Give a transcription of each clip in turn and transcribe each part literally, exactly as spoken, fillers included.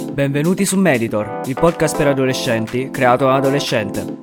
Benvenuti su Meditor, il podcast per adolescenti creato da un adolescente.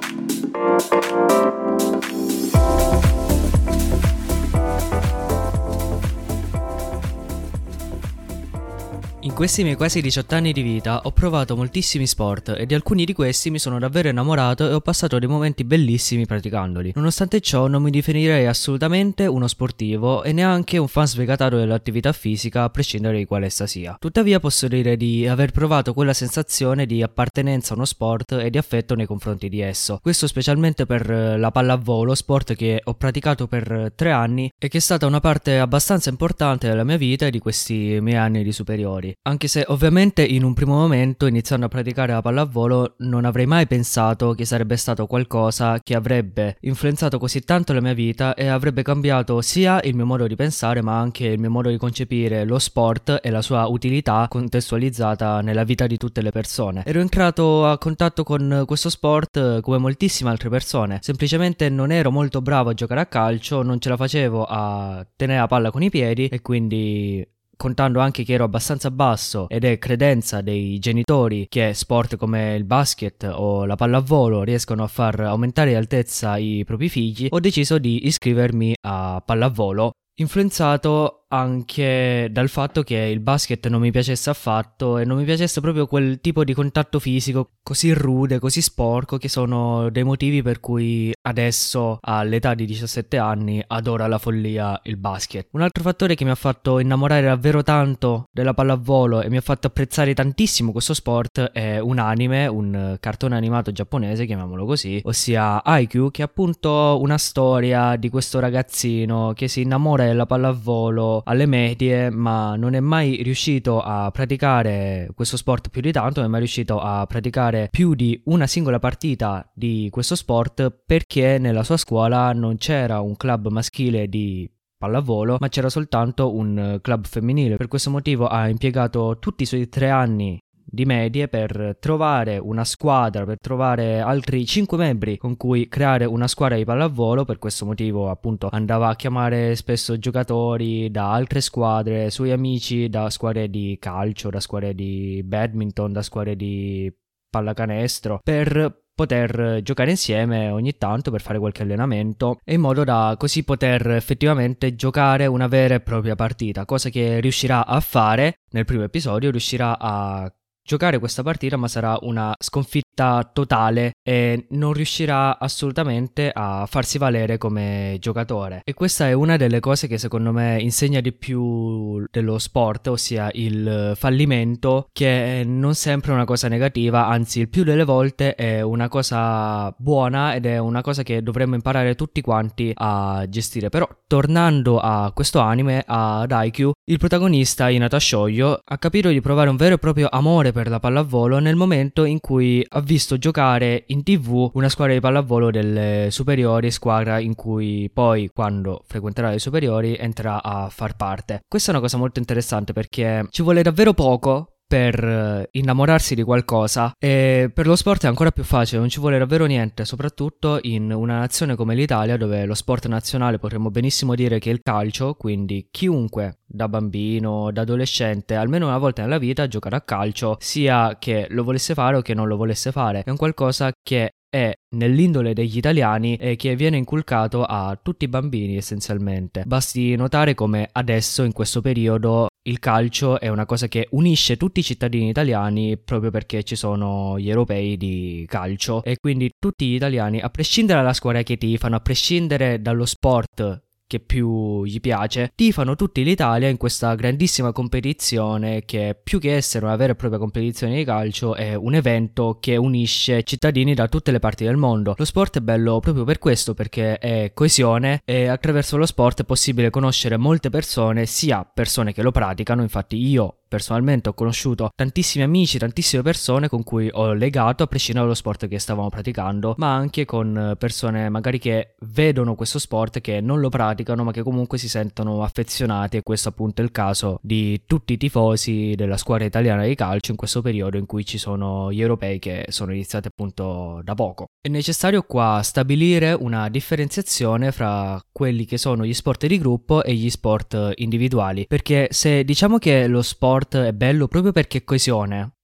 In questi miei quasi diciotto anni di vita ho provato moltissimi sport e di alcuni di questi mi sono davvero innamorato e ho passato dei momenti bellissimi praticandoli. Nonostante ciò non mi definirei assolutamente uno sportivo e neanche un fan sfegatato dell'attività fisica a prescindere di quale essa sia. Tuttavia posso dire di aver provato quella sensazione di appartenenza a uno sport e di affetto nei confronti di esso. Questo specialmente per la pallavolo, sport che ho praticato per tre anni e che è stata una parte abbastanza importante della mia vita e di questi miei anni di superiori. Anche se ovviamente in un primo momento, iniziando a praticare la pallavolo, non avrei mai pensato che sarebbe stato qualcosa che avrebbe influenzato così tanto la mia vita e avrebbe cambiato sia il mio modo di pensare ma anche il mio modo di concepire lo sport e la sua utilità contestualizzata nella vita di tutte le persone. Ero entrato a contatto con questo sport come moltissime altre persone, semplicemente non ero molto bravo a giocare a calcio, non ce la facevo a tenere la palla con i piedi e quindi, contando anche che ero abbastanza basso ed è credenza dei genitori che sport come il basket o la pallavolo riescono a far aumentare di altezza i propri figli, ho deciso di iscrivermi a pallavolo, influenzato anche dal fatto che il basket non mi piacesse affatto e non mi piacesse proprio quel tipo di contatto fisico così rude, così sporco, che sono dei motivi per cui adesso all'età di diciassette anni adoro alla follia il basket. Un altro fattore che mi ha fatto innamorare davvero tanto della pallavolo e mi ha fatto apprezzare tantissimo questo sport è un anime, un cartone animato giapponese, chiamiamolo così, ossia Haikyuu, che è appunto una storia di questo ragazzino che si innamora della pallavolo alle medie, ma non è mai riuscito a praticare questo sport più di tanto, non è mai riuscito a praticare più di una singola partita di questo sport perché nella sua scuola non c'era un club maschile di pallavolo, ma c'era soltanto un club femminile. Per questo motivo ha impiegato tutti i suoi tre anni di medie per trovare una squadra, per trovare altri cinque membri con cui creare una squadra di pallavolo. Per questo motivo appunto andava a chiamare spesso giocatori da altre squadre, suoi amici da squadre di calcio, da squadre di badminton, da squadre di pallacanestro, per poter giocare insieme ogni tanto, per fare qualche allenamento e in modo da così poter effettivamente giocare una vera e propria partita, cosa che riuscirà a fare nel primo episodio. Riuscirà a giocare questa partita, ma sarà una sconfitta totale e non riuscirà assolutamente a farsi valere come giocatore. E questa è una delle cose che secondo me insegna di più dello sport, ossia il fallimento, che è non sempre una cosa negativa, anzi il più delle volte è una cosa buona ed è una cosa che dovremmo imparare tutti quanti a gestire. Però tornando a questo anime, ad Haikyuu, il protagonista Hinata Shoyo ha capito di provare un vero e proprio amore per la pallavolo nel momento in cui ha visto giocare in tv una squadra di pallavolo delle superiori, squadra in cui poi, quando frequenterà le superiori, entrerà a far parte. Questa è una cosa molto interessante perché ci vuole davvero poco per innamorarsi di qualcosa e per lo sport è ancora più facile, non ci vuole davvero niente, soprattutto in una nazione come l'Italia, dove lo sport nazionale potremmo benissimo dire che è il calcio, quindi chiunque da bambino, da adolescente, almeno una volta nella vita giocare a calcio, sia che lo volesse fare o che non lo volesse fare. È un qualcosa che è nell'indole degli italiani e che viene inculcato a tutti i bambini essenzialmente. Basti notare come adesso, in questo periodo, il calcio è una cosa che unisce tutti i cittadini italiani proprio perché ci sono gli europei di calcio e quindi tutti gli italiani, a prescindere dalla squadra che tifano, a prescindere dallo sport che più gli piace, tifano tutti l'Italia in questa grandissima competizione che, più che essere una vera e propria competizione di calcio, è un evento che unisce cittadini da tutte le parti del mondo. Lo sport è bello proprio per questo, perché è coesione e attraverso lo sport è possibile conoscere molte persone, sia persone che lo praticano. Infatti io personalmente ho conosciuto tantissimi amici, tantissime persone con cui ho legato a prescindere dallo sport che stavamo praticando, ma anche con persone magari che vedono questo sport, che non lo praticano ma che comunque si sentono affezionati, e questo appunto è il caso di tutti i tifosi della squadra italiana di calcio in questo periodo in cui ci sono gli europei che sono iniziati appunto da poco. È necessario qua stabilire una differenziazione fra quelli che sono gli sport di gruppo e gli sport individuali, perché se diciamo che lo sport è bello proprio perché è coesione,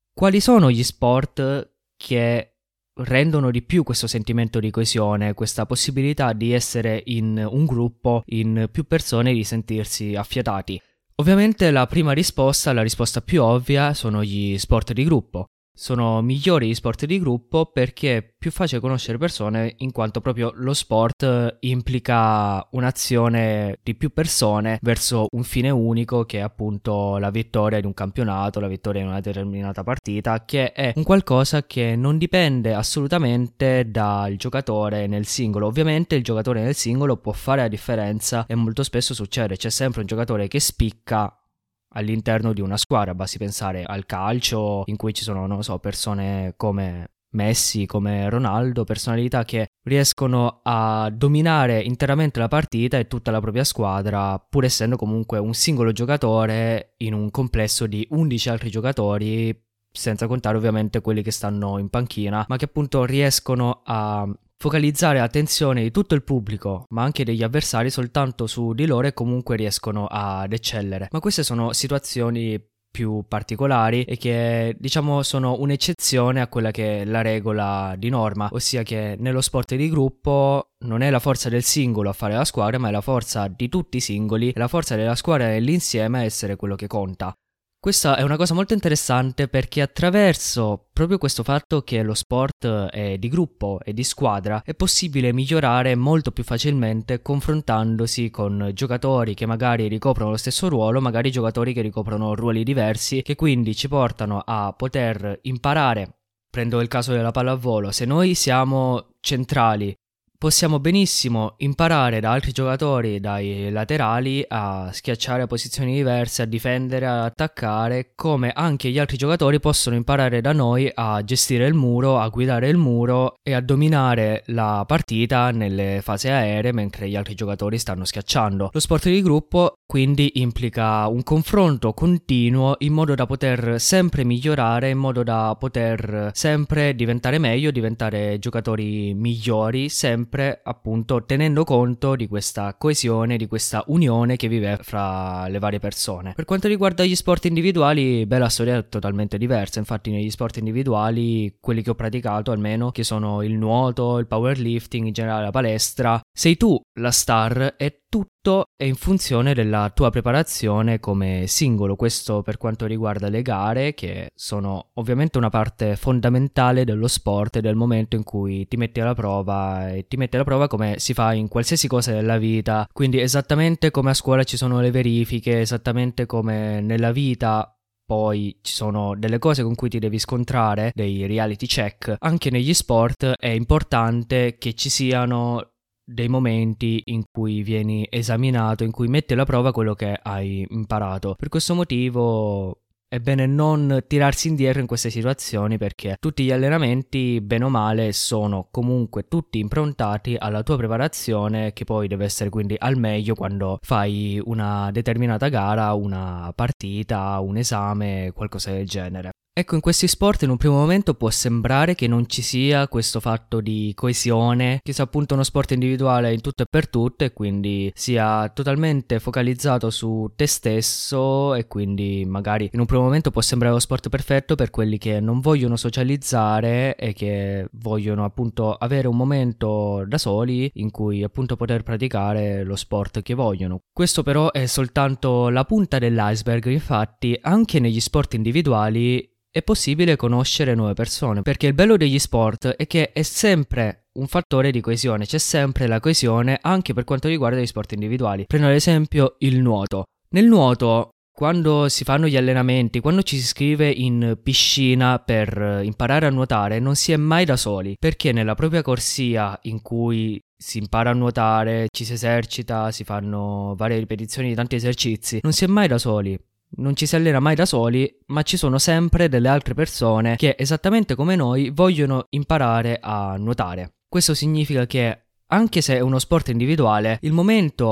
Quali sono gli sport che rendono di più questo sentimento di coesione, questa possibilità di essere in un gruppo, in più persone, di sentirsi affiatati? Ovviamente la prima risposta, la risposta più ovvia, sono gli sport di gruppo. Sono migliori gli sport di gruppo perché è più facile conoscere persone, in quanto proprio lo sport implica un'azione di più persone verso un fine unico, che è appunto la vittoria di un campionato, la vittoria di una determinata partita, che è un qualcosa che non dipende assolutamente dal giocatore nel singolo. Ovviamente il giocatore nel singolo può fare la differenza e molto spesso succede, c'è sempre un giocatore che spicca all'interno di una squadra. Basti pensare al calcio, in cui ci sono, non lo so, persone come Messi, come Ronaldo, personalità che riescono a dominare interamente la partita e tutta la propria squadra, pur essendo comunque un singolo giocatore in un complesso di undici altri giocatori, senza contare ovviamente quelli che stanno in panchina, ma che appunto riescono a focalizzare l'attenzione di tutto il pubblico, ma anche degli avversari, soltanto su di loro, e comunque riescono ad eccellere. Ma queste sono situazioni più particolari e che, diciamo, sono un'eccezione a quella che è la regola di norma, ossia che nello sport di gruppo non è la forza del singolo a fare la squadra, ma è la forza di tutti i singoli, e la forza della squadra nell'insieme a essere quello che conta. Questa è una cosa molto interessante perché attraverso proprio questo fatto che lo sport è di gruppo e di squadra è possibile migliorare molto più facilmente confrontandosi con giocatori che magari ricoprono lo stesso ruolo, magari giocatori che ricoprono ruoli diversi, che quindi ci portano a poter imparare. Prendo il caso della pallavolo: se noi siamo centrali, possiamo benissimo imparare da altri giocatori, dai laterali, a schiacciare a posizioni diverse, a difendere, a attaccare, come anche gli altri giocatori possono imparare da noi a gestire il muro, a guidare il muro e a dominare la partita nelle fasi aeree mentre gli altri giocatori stanno schiacciando. Lo sport di gruppo quindi implica un confronto continuo in modo da poter sempre migliorare, in modo da poter sempre diventare meglio, diventare giocatori migliori, sempre appunto tenendo conto di questa coesione, di questa unione che vive fra le varie persone. Per quanto riguarda gli sport individuali, beh, la storia è totalmente diversa. Infatti negli sport individuali, quelli che ho praticato almeno, che sono il nuoto, il powerlifting, in generale la palestra, sei tu la star e tutto è in funzione della tua preparazione come singolo. Questo per quanto riguarda le gare, che sono ovviamente una parte fondamentale dello sport e del momento in cui ti metti alla prova, e ti metti alla prova come si fa in qualsiasi cosa della vita. Quindi esattamente come a scuola ci sono le verifiche, esattamente come nella vita poi ci sono delle cose con cui ti devi scontrare, dei reality check, anche negli sport è importante che ci siano dei momenti in cui vieni esaminato, in cui metti alla prova quello che hai imparato. Per questo motivo è bene non tirarsi indietro in queste situazioni, perché tutti gli allenamenti, bene o male, sono comunque tutti improntati alla tua preparazione, che poi deve essere quindi al meglio quando fai una determinata gara, una partita, un esame, qualcosa del genere. Ecco, in questi sport in un primo momento può sembrare che non ci sia questo fatto di coesione, che sia appunto uno sport individuale in tutto e per tutto, e quindi sia totalmente focalizzato su te stesso, e quindi magari in un primo momento può sembrare lo sport perfetto per quelli che non vogliono socializzare e che vogliono appunto avere un momento da soli in cui appunto poter praticare lo sport che vogliono. Questo però è soltanto la punta dell'iceberg. Infatti anche negli sport individuali è possibile conoscere nuove persone, perché il bello degli sport è che è sempre un fattore di coesione, c'è sempre la coesione anche per quanto riguarda gli sport individuali. Prendo ad esempio il nuoto. Nel nuoto, quando si fanno gli allenamenti, quando ci si iscrive in piscina per imparare a nuotare, non si è mai da soli, perché nella propria corsia in cui si impara a nuotare, ci si esercita, si fanno varie ripetizioni di tanti esercizi, non si è mai da soli. Non ci si allena mai da soli, ma ci sono sempre delle altre persone che, esattamente come noi, vogliono imparare a nuotare. Questo significa che, anche se è uno sport individuale, il momento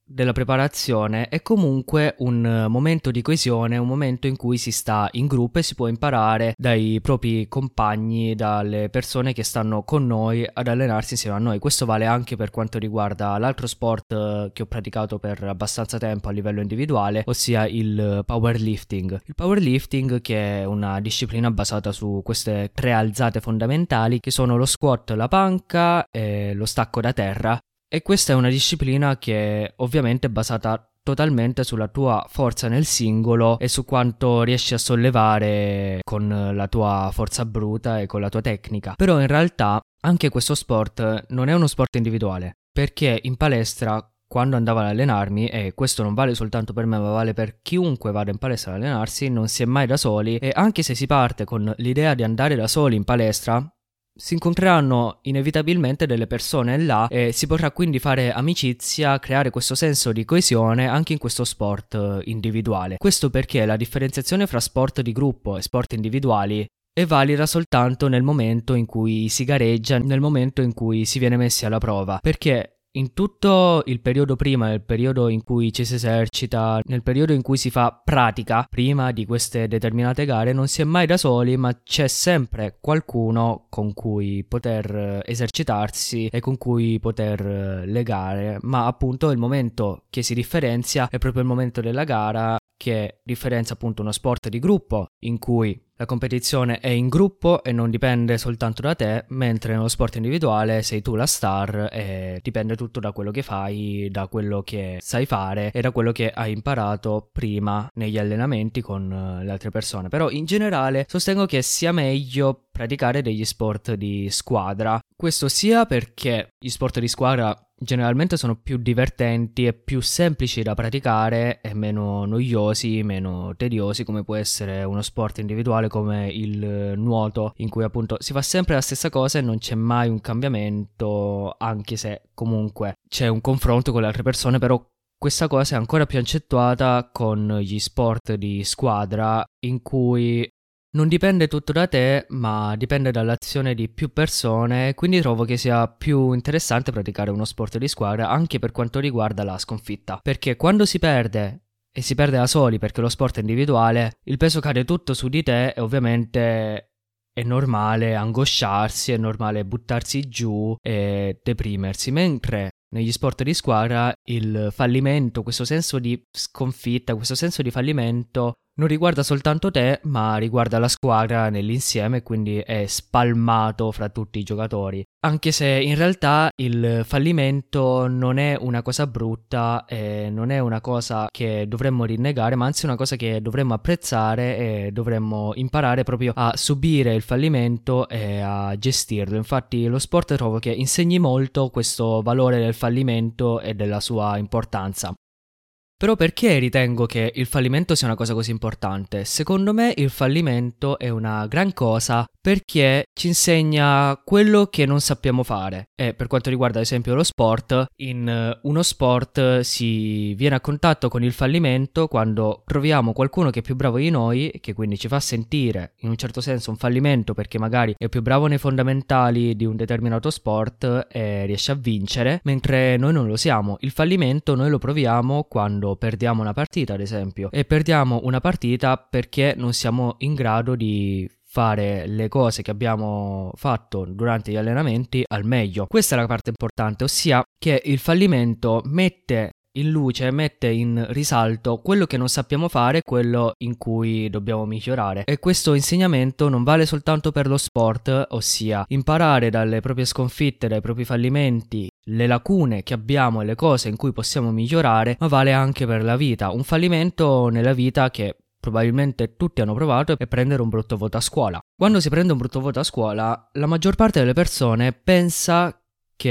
della preparazione è comunque un momento di coesione, un momento in cui si sta in gruppo e si può imparare dai propri compagni, dalle persone che stanno con noi ad allenarsi insieme a noi. Questo vale anche per quanto riguarda l'altro sport che ho praticato per abbastanza tempo a livello individuale, ossia il powerlifting. Il powerlifting, che è una disciplina basata su queste tre alzate fondamentali che sono lo squat, la panca e lo stacco da terra. E questa è una disciplina che ovviamente è basata totalmente sulla tua forza nel singolo e su quanto riesci a sollevare con la tua forza bruta e con la tua tecnica. Però in realtà anche questo sport non è uno sport individuale, perché in palestra, quando andavo ad allenarmi, e questo non vale soltanto per me ma vale per chiunque vada in palestra ad allenarsi, non si è mai da soli, e anche se si parte con l'idea di andare da soli in palestra, si incontreranno inevitabilmente delle persone là e si potrà quindi fare amicizia, creare questo senso di coesione anche in questo sport individuale. Questo perché la differenziazione fra sport di gruppo e sport individuali è valida soltanto nel momento in cui si gareggia, nel momento in cui si viene messi alla prova, perché in tutto il periodo prima, nel periodo in cui ci si esercita, nel periodo in cui si fa pratica, prima di queste determinate gare, non si è mai da soli, ma c'è sempre qualcuno con cui poter esercitarsi e con cui poter legare. Ma appunto il momento che si differenzia è proprio il momento della gara, che differenzia appunto uno sport di gruppo in cui la competizione è in gruppo e non dipende soltanto da te, mentre nello sport individuale sei tu la star e dipende tutto da quello che fai, da quello che sai fare e da quello che hai imparato prima negli allenamenti con le altre persone. Però in generale sostengo che sia meglio praticare degli sport di squadra. Questo sia perché gli sport di squadra generalmente sono più divertenti e più semplici da praticare e meno noiosi, meno tediosi, come può essere uno sport individuale come il nuoto, in cui appunto si fa sempre la stessa cosa e non c'è mai un cambiamento, anche se comunque c'è un confronto con le altre persone. Però questa cosa è ancora più accentuata con gli sport di squadra, in cui non dipende tutto da te, ma dipende dall'azione di più persone, quindi trovo che sia più interessante praticare uno sport di squadra anche per quanto riguarda la sconfitta, perché quando si perde e si perde da soli perché lo sport è individuale, il peso cade tutto su di te e ovviamente è normale angosciarsi, è normale buttarsi giù e deprimersi, mentre negli sport di squadra il fallimento, questo senso di sconfitta, questo senso di fallimento non riguarda soltanto te, ma riguarda la squadra nell'insieme, quindi è spalmato fra tutti i giocatori. Anche se in realtà il fallimento non è una cosa brutta e non è una cosa che dovremmo rinnegare, ma anzi è una cosa che dovremmo apprezzare e dovremmo imparare proprio a subire il fallimento e a gestirlo. Infatti lo sport trovo che insegni molto questo valore del fallimento e della sua importanza. Però perché ritengo che il fallimento sia una cosa così importante? Secondo me il fallimento è una gran cosa perché ci insegna quello che non sappiamo fare. E per quanto riguarda ad esempio lo sport, in uno sport si viene a contatto con il fallimento quando troviamo qualcuno che è più bravo di noi, che quindi ci fa sentire in un certo senso un fallimento perché magari è più bravo nei fondamentali di un determinato sport e riesce a vincere, mentre noi non lo siamo. Il fallimento noi lo proviamo quando perdiamo una partita, ad esempio, e perdiamo una partita perché non siamo in grado di fare le cose che abbiamo fatto durante gli allenamenti al meglio. Questa è la parte importante, ossia che il fallimento mette in luce, mette in risalto quello che non sappiamo fare, quello in cui dobbiamo migliorare. E questo insegnamento non vale soltanto per lo sport, ossia imparare dalle proprie sconfitte, dai propri fallimenti, le lacune che abbiamo e le cose in cui possiamo migliorare, ma vale anche per la vita. Un fallimento nella vita che probabilmente tutti hanno provato è prendere un brutto voto a scuola. Quando si prende un brutto voto a scuola, la maggior parte delle persone pensa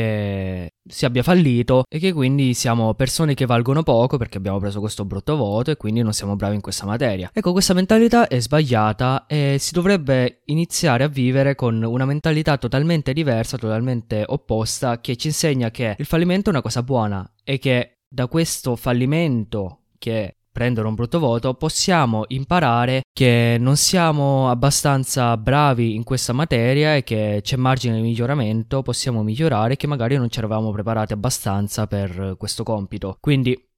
che si abbia fallito e che quindi siamo persone che valgono poco perché abbiamo preso questo brutto voto e quindi non siamo bravi in questa materia. Ecco, questa mentalità è sbagliata e si dovrebbe iniziare a vivere con una mentalità totalmente diversa, totalmente opposta, che ci insegna che il fallimento è una cosa buona e che da questo fallimento, che prendere un brutto voto, possiamo imparare che non siamo abbastanza bravi in questa materia e che c'è margine di miglioramento, possiamo migliorare, che magari non ci eravamo preparati abbastanza per questo compito. Quindi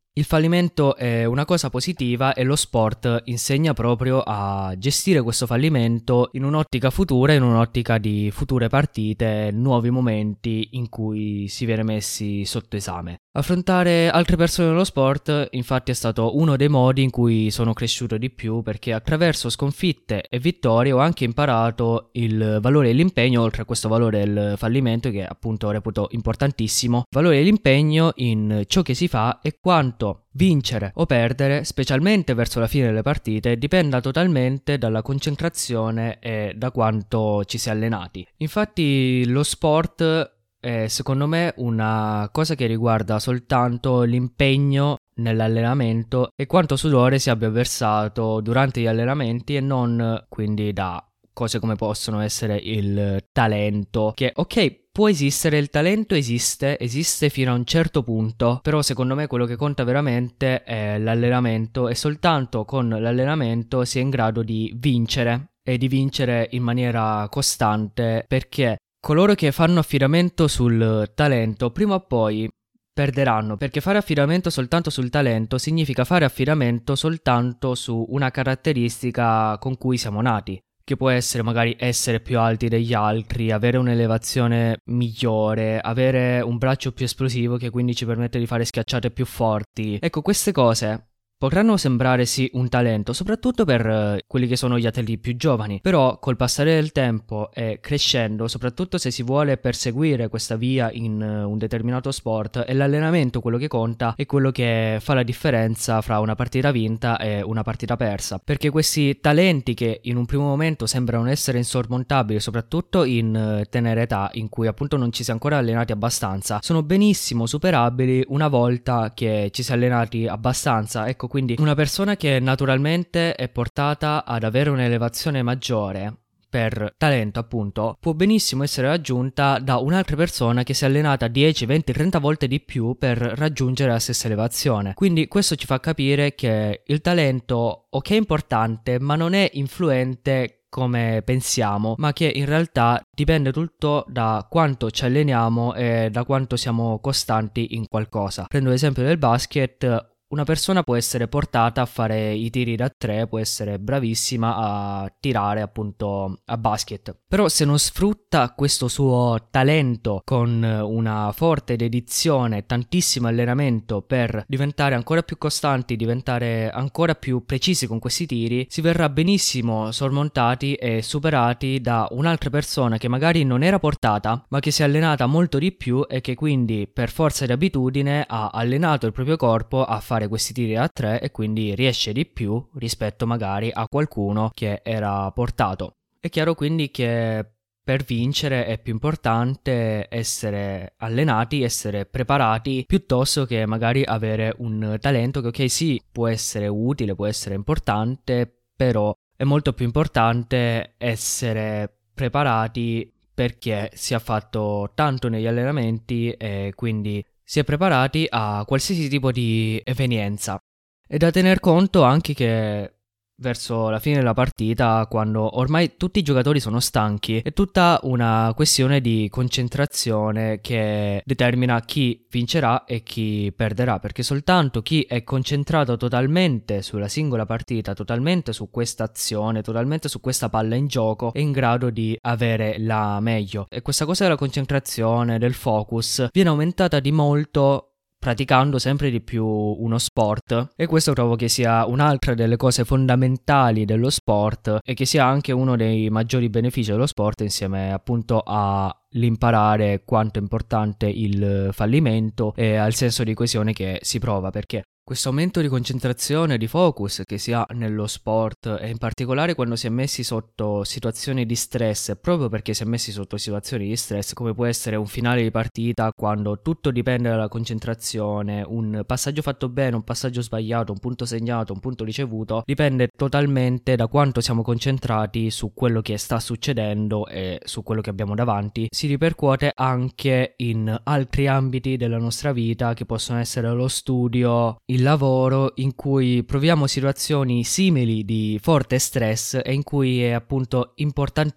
Il fallimento è una cosa positiva e lo sport insegna proprio a gestire questo fallimento in un'ottica futura, in un'ottica di future partite, nuovi momenti in cui si viene messi sotto esame. Affrontare altre persone nello sport, infatti, è stato uno dei modi in cui sono cresciuto di più, perché attraverso sconfitte e vittorie ho anche imparato il valore dell'impegno, oltre a questo valore del fallimento che appunto reputo importantissimo, valore dell'impegno in ciò che si fa e quanto vincere o perdere, specialmente verso la fine delle partite, dipenda totalmente dalla concentrazione e da quanto ci si è allenati. Infatti lo sport è secondo me una cosa che riguarda soltanto l'impegno nell'allenamento e quanto sudore si abbia versato durante gli allenamenti, e non quindi da cose come possono essere il talento, che ok, può esistere, il talento esiste, esiste fino a un certo punto, però secondo me quello che conta veramente è l'allenamento, e soltanto con l'allenamento si è in grado di vincere e di vincere in maniera costante, perché coloro che fanno affidamento sul talento prima o poi perderanno, perché fare affidamento soltanto sul talento significa fare affidamento soltanto su una caratteristica con cui siamo nati, che può essere magari essere più alti degli altri, avere un'elevazione migliore, avere un braccio più esplosivo che quindi ci permette di fare schiacciate più forti. Ecco, queste cose potranno sembrare sì un talento, soprattutto per uh, quelli che sono gli atleti più giovani, però col passare del tempo e crescendo, soprattutto se si vuole perseguire questa via in uh, un determinato sport, è l'allenamento quello che conta e quello che fa la differenza fra una partita vinta e una partita persa, perché questi talenti che in un primo momento sembrano essere insormontabili, soprattutto in uh, tenera età in cui appunto non ci si è ancora allenati abbastanza, sono benissimo superabili una volta che ci si è allenati abbastanza. Ecco, quindi una persona che naturalmente è portata ad avere un'elevazione maggiore per talento, appunto, può benissimo essere raggiunta da un'altra persona che si è allenata dieci, venti, trenta volte di più per raggiungere la stessa elevazione. Quindi questo ci fa capire che il talento, ok, è importante, ma non è influente come pensiamo, ma che in realtà dipende tutto da quanto ci alleniamo e da quanto siamo costanti in qualcosa. Prendo l'esempio del basket. Una persona può essere portata a fare i tiri da tre, può essere bravissima a tirare appunto a basket, però se non sfrutta questo suo talento con una forte dedizione, tantissimo allenamento per diventare ancora più costanti, diventare ancora più precisi con questi tiri, si verrà benissimo sormontati e superati da un'altra persona che magari non era portata, ma che si è allenata molto di più e che quindi per forza di abitudine ha allenato il proprio corpo a fare questi tiri a tre e quindi riesce di più rispetto magari a qualcuno che era portato. È chiaro quindi che per vincere è più importante essere allenati, essere preparati, piuttosto che magari avere un talento che ok sì può essere utile, può essere importante, però è molto più importante essere preparati perché si è fatto tanto negli allenamenti e quindi si è preparati a qualsiasi tipo di evenienza. È da tener conto anche che verso la fine della partita, quando ormai tutti i giocatori sono stanchi, è tutta una questione di concentrazione che determina chi vincerà e chi perderà, perché soltanto chi è concentrato totalmente sulla singola partita, totalmente su questa azione, totalmente su questa palla in gioco, è in grado di avere la meglio. E questa cosa della concentrazione, del focus, viene aumentata di molto praticando sempre di più uno sport, e questo trovo che sia un'altra delle cose fondamentali dello sport e che sia anche uno dei maggiori benefici dello sport, insieme appunto all'imparare quanto è importante il fallimento e al senso di coesione che si prova, perché questo aumento di concentrazione e di focus che si ha nello sport, e in particolare quando si è messi sotto situazioni di stress, proprio perché si è messi sotto situazioni di stress, come può essere un finale di partita, quando tutto dipende dalla concentrazione, un passaggio fatto bene, un passaggio sbagliato, un punto segnato, un punto ricevuto, dipende totalmente da quanto siamo concentrati su quello che sta succedendo e su quello che abbiamo davanti. Si ripercuote anche in altri ambiti della nostra vita, che possono essere lo studio, il lavoro, in cui proviamo situazioni simili di forte stress e in cui è appunto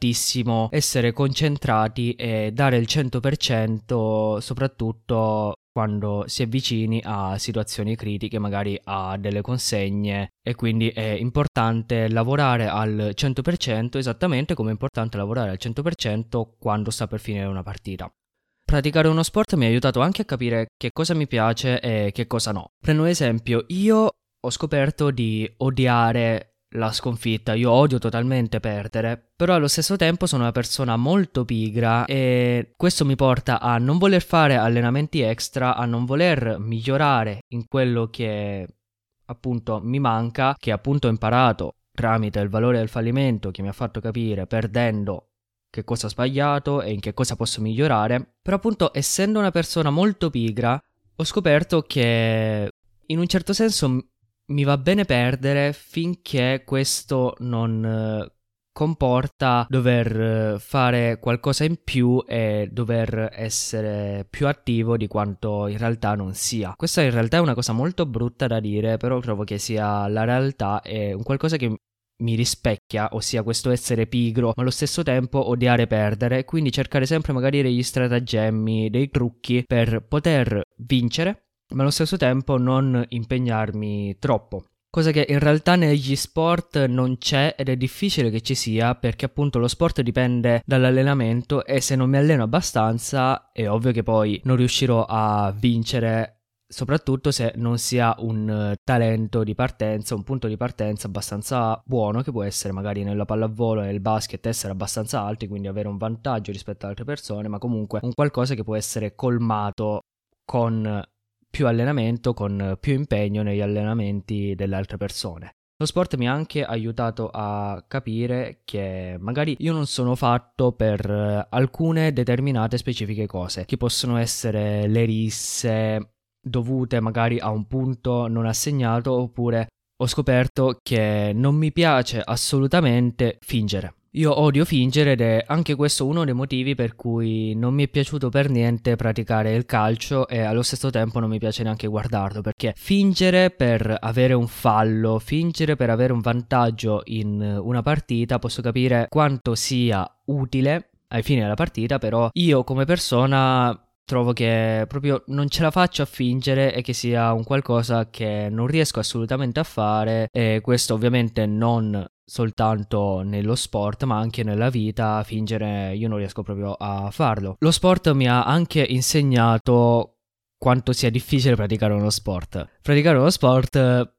importantissimo essere concentrati e dare il cento per cento, soprattutto quando si è vicini a situazioni critiche, magari a delle consegne, e quindi è importante lavorare al cento per cento, esattamente come è importante lavorare al cento per cento quando sta per finire una partita. Praticare uno sport mi ha aiutato anche a capire che cosa mi piace e che cosa no. Prendo un esempio, io ho scoperto di odiare la sconfitta, io odio totalmente perdere, però allo stesso tempo sono una persona molto pigra e questo mi porta a non voler fare allenamenti extra, a non voler migliorare in quello che appunto mi manca, che appunto ho imparato tramite il valore del fallimento, che mi ha fatto capire perdendo che cosa ho sbagliato e in che cosa posso migliorare. Però appunto, essendo una persona molto pigra, ho scoperto che in un certo senso mi va bene perdere finché questo non eh, comporta dover fare qualcosa in più e dover essere più attivo di quanto in realtà non sia. Questa in realtà è una cosa molto brutta da dire, però trovo che sia la realtà e un qualcosa che mi rispecchia, ossia questo essere pigro, ma allo stesso tempo odiare perdere, quindi cercare sempre magari degli stratagemmi, dei trucchi per poter vincere, ma allo stesso tempo non impegnarmi troppo. Cosa che in realtà negli sport non c'è ed è difficile che ci sia, perché appunto lo sport dipende dall'allenamento e se non mi alleno abbastanza è ovvio che poi non riuscirò a vincere, soprattutto se non si ha un talento di partenza, un punto di partenza abbastanza buono, che può essere magari nella pallavolo e nel basket essere abbastanza alti, quindi avere un vantaggio rispetto ad altre persone, ma comunque un qualcosa che può essere colmato con più allenamento, con più impegno negli allenamenti delle altre persone. Lo sport mi ha anche aiutato a capire che magari io non sono fatto per alcune determinate specifiche cose, che possono essere le risse dovute magari a un punto non assegnato, oppure ho scoperto che non mi piace assolutamente fingere. Io odio fingere ed è anche questo uno dei motivi per cui non mi è piaciuto per niente praticare il calcio e allo stesso tempo non mi piace neanche guardarlo, perché fingere per avere un fallo, fingere per avere un vantaggio in una partita, posso capire quanto sia utile ai fini della partita, però io come persona trovo che proprio non ce la faccio a fingere e che sia un qualcosa che non riesco assolutamente a fare, e questo ovviamente non soltanto nello sport ma anche nella vita. Fingere io non riesco proprio a farlo. Lo sport mi ha anche insegnato quanto sia difficile praticare uno sport. Praticare uno sport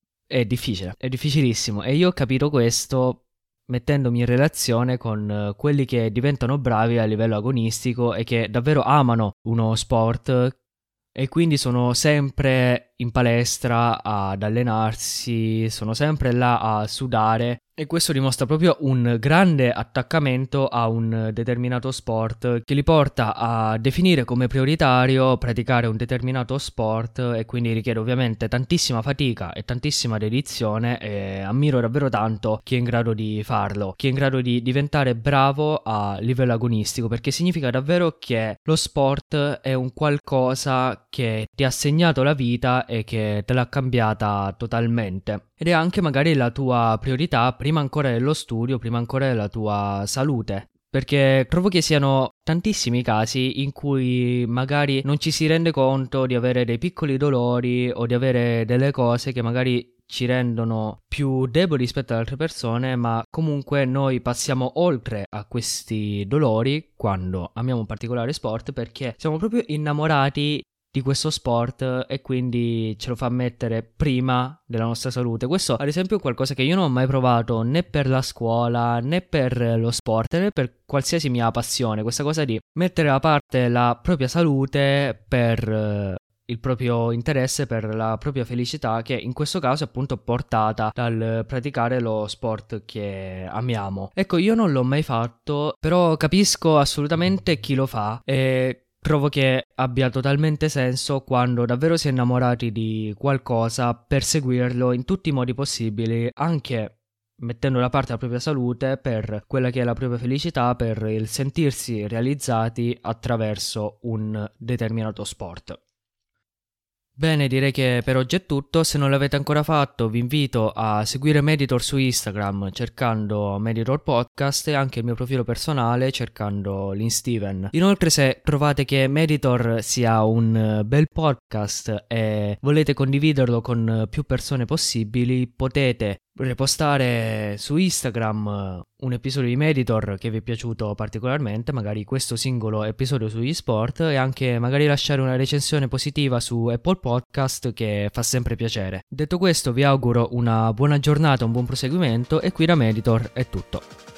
è difficile, è difficilissimo, e io ho capito questo mettendomi in relazione con quelli che diventano bravi a livello agonistico e che davvero amano uno sport e quindi sono sempre in palestra ad allenarsi, sono sempre là a sudare, e questo dimostra proprio un grande attaccamento a un determinato sport che li porta a definire come prioritario praticare un determinato sport, e quindi richiede ovviamente tantissima fatica e tantissima dedizione, e ammiro davvero tanto chi è in grado di farlo, chi è in grado di diventare bravo a livello agonistico, perché significa davvero che lo sport è un qualcosa che ti ha segnato la vita e che te l'ha cambiata totalmente, ed è anche magari la tua priorità prima ancora dello studio, prima ancora della tua salute, perché trovo che siano tantissimi casi in cui magari non ci si rende conto di avere dei piccoli dolori o di avere delle cose che magari ci rendono più deboli rispetto ad altre persone, ma comunque noi passiamo oltre a questi dolori quando amiamo un particolare sport, perché siamo proprio innamorati di questo sport e quindi ce lo fa mettere prima della nostra salute. Questo ad esempio è qualcosa che io non ho mai provato né per la scuola né per lo sport né per qualsiasi mia passione, questa cosa di mettere da parte la propria salute per eh, il proprio interesse, per la propria felicità, che in questo caso è appunto portata dal praticare lo sport che amiamo. Ecco, io non l'ho mai fatto, però capisco assolutamente chi lo fa e trovo che abbia totalmente senso quando davvero si è innamorati di qualcosa, perseguirlo in tutti i modi possibili, anche mettendo da parte la propria salute per quella che è la propria felicità, per il sentirsi realizzati attraverso un determinato sport. Bene, direi che per oggi è tutto. Se non l'avete ancora fatto, vi invito a seguire Meditor su Instagram cercando Meditor Podcast e anche il mio profilo personale cercando LinSteven. Inoltre, se trovate che Meditor sia un bel podcast e volete condividerlo con più persone possibili, potete repostare su Instagram un episodio di Meditor che vi è piaciuto particolarmente, magari questo singolo episodio sugli sport, e anche magari lasciare una recensione positiva su Apple Podcast, che fa sempre piacere. Detto questo, vi auguro una buona giornata, un buon proseguimento, e qui da Meditor è tutto.